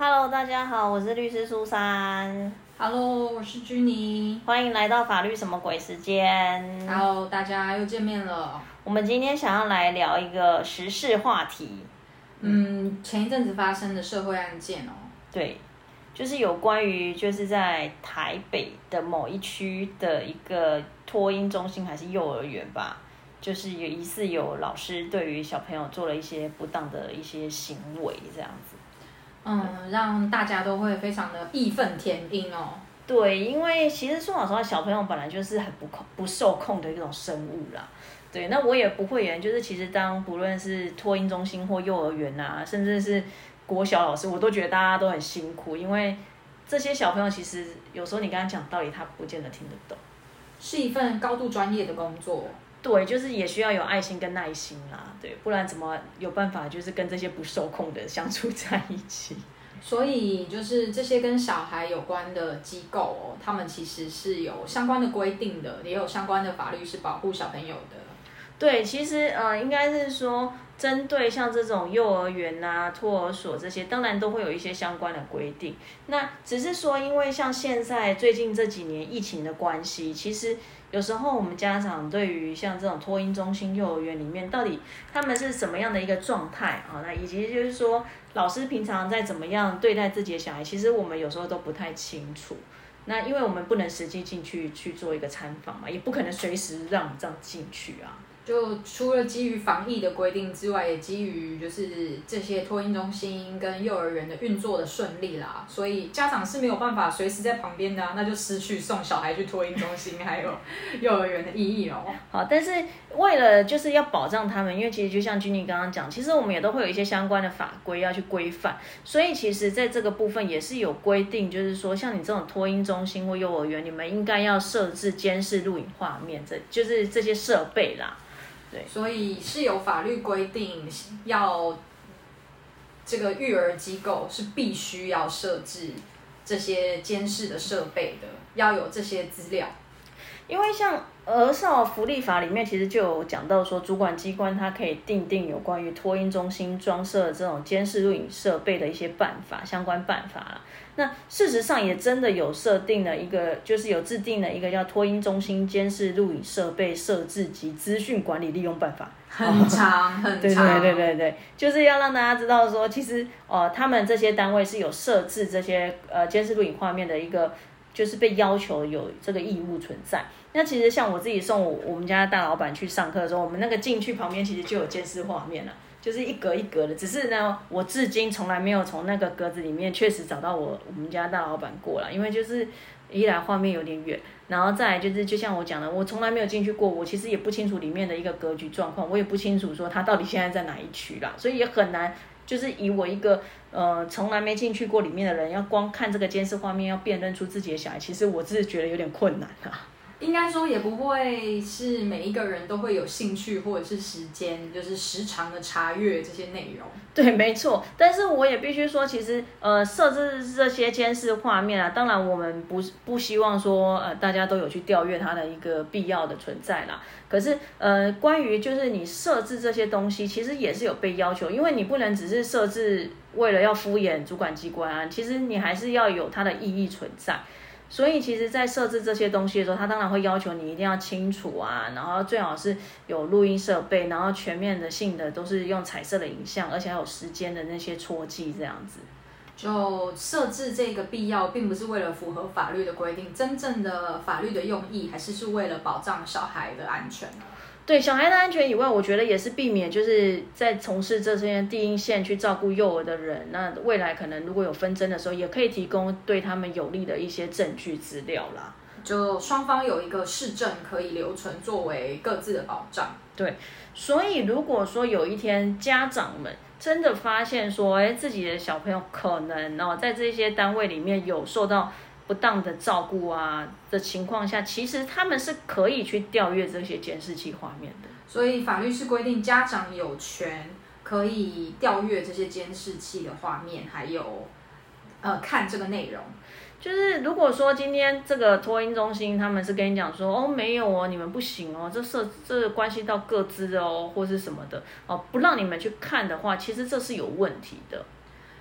Hello，大家好，我是律师苏珊。 Hello， 我是居妮， 欢迎来到法律什么鬼时间。 Hello， 大家又见面了。 我们今天想要来聊一个时事话题。 前一阵子发生的社会案件哦。对， 就是有关于就是在台北的某一区的一个托婴中心还是幼儿园吧，就是疑似有老师对于小朋友做了一些不当的一些行为这样子。 让大家都会非常的义愤填膺哦。 对，因为其实说老实话，小朋友本来就是很不受控的一种生物啦。对，那我也不会言，就是其实不论是托婴中心或幼儿园啊，甚至是国小老师，我都觉得大家都很辛苦，因为这些小朋友其实有时候你跟他讲道理，他不见得听得懂， 是一份高度专业的工作。 对，就是也需要有爱心跟耐心啦，对，不然怎么有办法就是跟这些不受控的相处在一起？ 所以就是这些跟小孩有关的机构哦，他们其实是有相关的规定的，也有相关的法律是保护小朋友的。 对，其实应该是说，针对像这种幼儿园啊、托儿所这些，当然都会有一些相关的规定。那只是说，因为像现在最近这几年疫情的关系，其实有时候我们家长对于像这种托婴中心、幼儿园里面，到底他们是什么样的一个状态啊？那以及就是说，老师平常在怎么样对待自己的小孩，其实我们有时候都不太清楚。那因为我们不能实际进去做一个参访嘛，也不可能随时让你这样进去啊。 就除了基于防疫的规定之外，也基于就是这些托婴中心跟幼儿园的运作的顺利啦，所以家长是没有办法随时在旁边的那就失去送小孩去托婴中心还有幼儿园的意义咯。 好，但是为了就是要保障他们，因为其实就像君妮刚刚讲，其实我们也都会有一些相关的法规要去规范，所以其实在这个部分也是有规定，就是说像你这种托婴中心或幼儿园，你们应该要设置监视录影画面，就是这些设备啦。对， 所以是有法律规定，要这个育儿机构是必须要设置这些监视的设备的，要有这些资料。 因为像儿少福利法里面其实就有讲到说，主管机关它可以订定有关于托婴中心装设这种监视录影设备的一些办法，相关办法啦。那事实上也真的有设定了一个，就是有制定了一个叫托婴中心监视录影设备设置及资讯管理利用办法， 很长很长。 对，就是要让大家知道说，其实他们这些单位是有设置这些监视录影画面的一个。就是被要求有这个义务存在。那其实像我自己送我们家大老板去上课的时候，我们那个进去旁边其实就有监视画面了，就是一格一格的。只是呢，我至今从来没有从那个格子里面确实找到我们家大老板过了，因为就是一来画面有点远，然后再来就是就像我讲的，我从来没有进去过，我其实也不清楚里面的一个格局状况，我也不清楚说他到底现在在哪一区啦，所以也很难。就是以我一个从来没进去过里面的人，要光看这个监视画面，要辨认出自己的小孩，其实我自己觉得有点困难啊。 应该说也不会是每一个人都会有兴趣或者是时间，就是时常的查阅这些内容。 对，没错。但是我也必须说，其实设置这些监视画面啊，当然我们不希望说大家都有去调阅它的一个必要的存在啦。可是关于就是你设置这些东西，其实也是有被要求，因为你不能只是设置为了要敷衍主管机关啊，其实你还是要有它的意义存在。所以其实在设置这些东西的时候，他当然会要求你一定要清楚啊，然后最好是有录音设备，然后全面的性的都是用彩色的影像，而且还有时间的那些戳记这样子。 就设置这个必要并不是为了符合法律的规定，真正的法律的用意还是为了保障小孩的安全。 对小孩的安全以外，我觉得也是避免就是在从事这些第一线去照顾幼儿的人，那未来可能如果有纷争的时候，也可以提供对他们有利的一些证据资料啦。 就双方有一个事证可以留存，作为各自的保障。 对，所以如果说有一天家长们真的发现说，自己的小朋友可能在这些单位里面有受到不当的照顾啊的情况下，其实他们是可以去调阅这些监视器画面的。 所以法律是规定家长有权可以调阅这些监视器的画面，还有看这个内容。 就是如果说今天这个托婴中心他们是跟你讲说没有哦，你们不行哦，这关系到个资哦或是什么的不让你们去看的话，其实这是有问题的。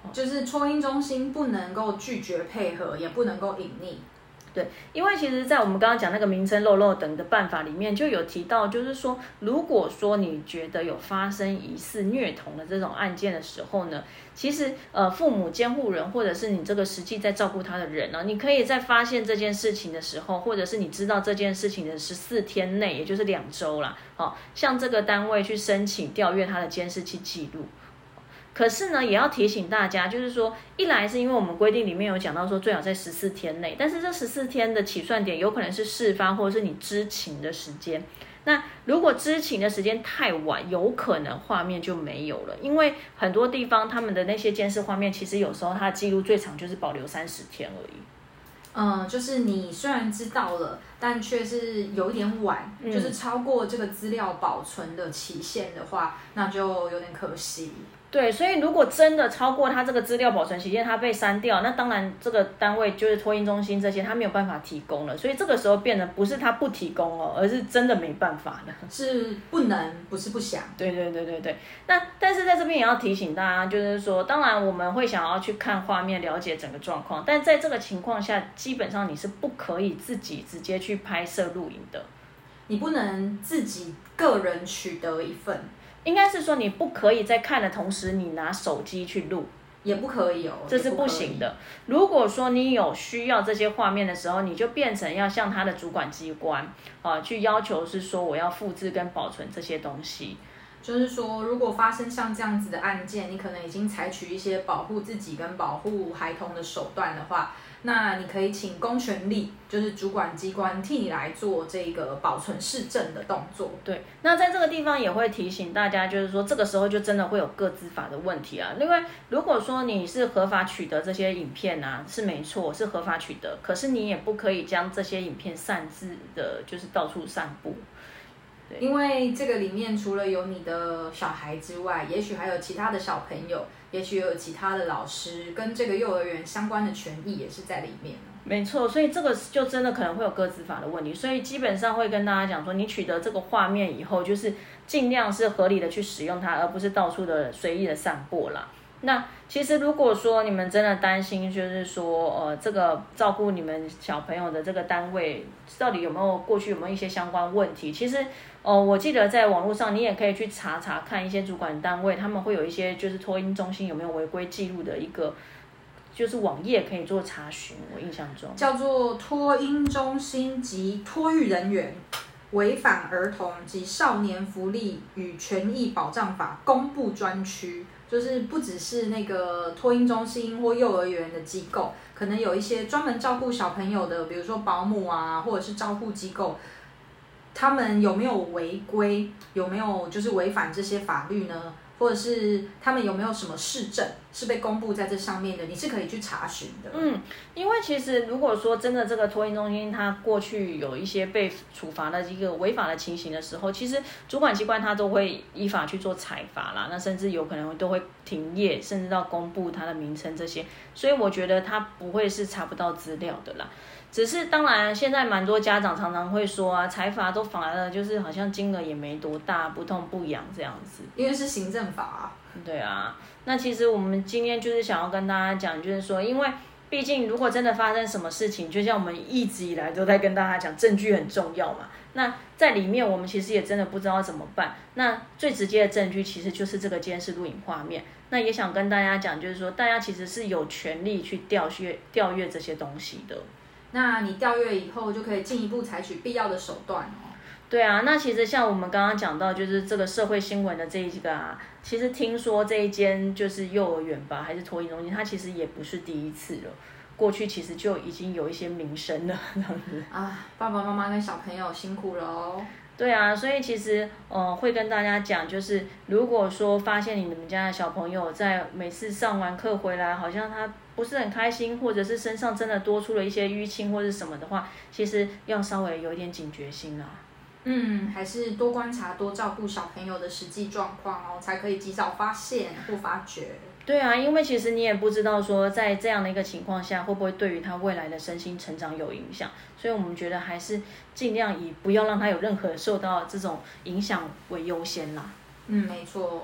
就是托婴中心不能够拒绝配合，也不能够隐匿。 对，因为其实，在我们刚刚讲那个名称漏漏等的办法里面，就有提到，就是说，如果说你觉得有发生疑似虐童的这种案件的时候呢，其实父母监护人或者是你这个实际在照顾他的人呢，你可以在发现这件事情的时候，或者是你知道这件事情的14天内，也就是2周啦，向这个单位去申请调阅他的监视器记录。可是呢，也要提醒大家，就是说，一来是因为我们规定里面有讲到说，最好在14天内，但是这14天的起算点有可能是事发或者是你知情的时间。那如果知情的时间太晚，有可能画面就没有了，因为很多地方他们的那些监视画面，其实有时候它的记录最长就是保留30天而已。 就是你虽然知道了，但却是有一点晚，就是超过这个资料保存的期限的话，那就有点可惜。 对，所以如果真的超过它这个资料保存期限，它被删掉，那当然这个单位就是托婴中心这些，它没有办法提供了。所以这个时候变得不是它不提供而是真的没办法了， 是不能，不是不想。 对。那但是在这边也要提醒大家，就是说，当然我们会想要去看画面，了解整个状况，但在这个情况下，基本上你是不可以自己直接去拍摄录影的， 你不能自己个人取得一份。 应该是说你不可以在看的同时，你拿手机去录， 也不可以这是不行的。如果说你有需要这些画面的时候，你就变成要向他的主管机关去要求，是说我要复制跟保存这些东西。 就是说，如果发生像这样子的案件，你可能已经采取一些保护自己跟保护孩童的手段的话，那你可以请公权力，就是主管机关替你来做这个保存事证的动作。 对，那在这个地方也会提醒大家，就是说这个时候就真的会有个资法的问题啊。另外，如果说你是合法取得这些影片啊，是没错，是合法取得，可是你也不可以将这些影片擅自的，就是到处散布。 因为这个里面除了有你的小孩之外，也许还有其他的小朋友，也许有其他的老师，跟这个幼儿园相关的权益也是在里面。 没错，所以这个就真的可能会有个资法的问题，所以基本上会跟大家讲说，你取得这个画面以后，就是尽量是合理的去使用它，而不是到处的随意的散播啦。那其实如果说你们真的担心，就是说这个照顾你们小朋友的这个单位到底过去有没有一些相关问题，其实我记得在网络上你也可以去查查看一些主管单位，他们会有一些就是托婴中心有没有违规记录的一个就是网页可以做查询，我印象中叫做托婴中心及托育人员违反儿童及少年福利与权益保障法公布专区。就是不只是那个托婴中心或幼儿园的机构，可能有一些专门照顾小朋友的，比如说保姆啊，或者是照护机构，他们有没有违规，有没有就是违反这些法律呢？或者是他们有没有什么事证是被公布在这上面的，你是可以去查询的。 因为其实如果说真的这个托婴中心它过去有一些被处罚的一个违法的情形的时候，其实主管机关它都会依法去做裁罚啦，那甚至有可能都会停业，甚至到公布它的名称这些，所以我觉得它不会是查不到资料的啦。只是当然，现在蛮多家长常常会说啊，裁罚都罚了，就是好像金额也没多大，不痛不痒这样子。 因为是行政法啊。 对啊，那其实我们今天就是想要跟大家讲，就是说，因为毕竟如果真的发生什么事情，就像我们一直以来都在跟大家讲，证据很重要嘛。那在里面我们其实也真的不知道怎么办。那最直接的证据其实就是这个监视录影画面。那也想跟大家讲，就是说，大家其实是有权利去调阅这些东西的。 那你调阅以后，就可以进一步采取必要的手段哦。 对啊，那其实像我们刚刚讲到，就是这个社会新闻的这一个啊，其实听说这一间就是幼儿园吧，还是托婴中心，它其实也不是第一次了，过去其实就已经有一些名声了，这样子。 爸爸妈妈跟小朋友辛苦了哦。 对啊，所以其实会跟大家讲，就是如果说发现你们家的小朋友在每次上完课回来，好像他不是很开心，或者是身上真的多出了一些淤青或者什么的话，其实要稍微有一点警觉心啦。 还是多观察、多照顾小朋友的实际状况哦，才可以及早发现或发觉。 对啊，因为其实你也不知道说在这样的一个情况下，会不会对于他未来的身心成长有影响，所以我们觉得还是尽量以不要让他有任何受到这种影响为优先啦。 没错。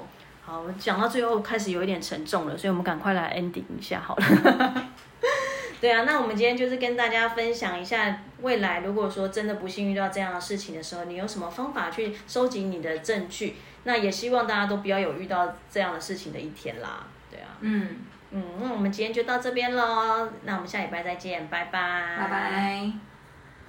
好，讲到最后开始有一点沉重了，所以我们赶快来 ending 一下好了。对啊，那我们今天就是跟大家分享一下，未来如果说真的不幸遇到这样的事情的时候，你有什么方法去收集你的证据？那也希望大家都不要有遇到这样的事情的一天啦。对啊，那我们今天就到这边咯，那我们下礼拜再见，拜拜， 拜拜。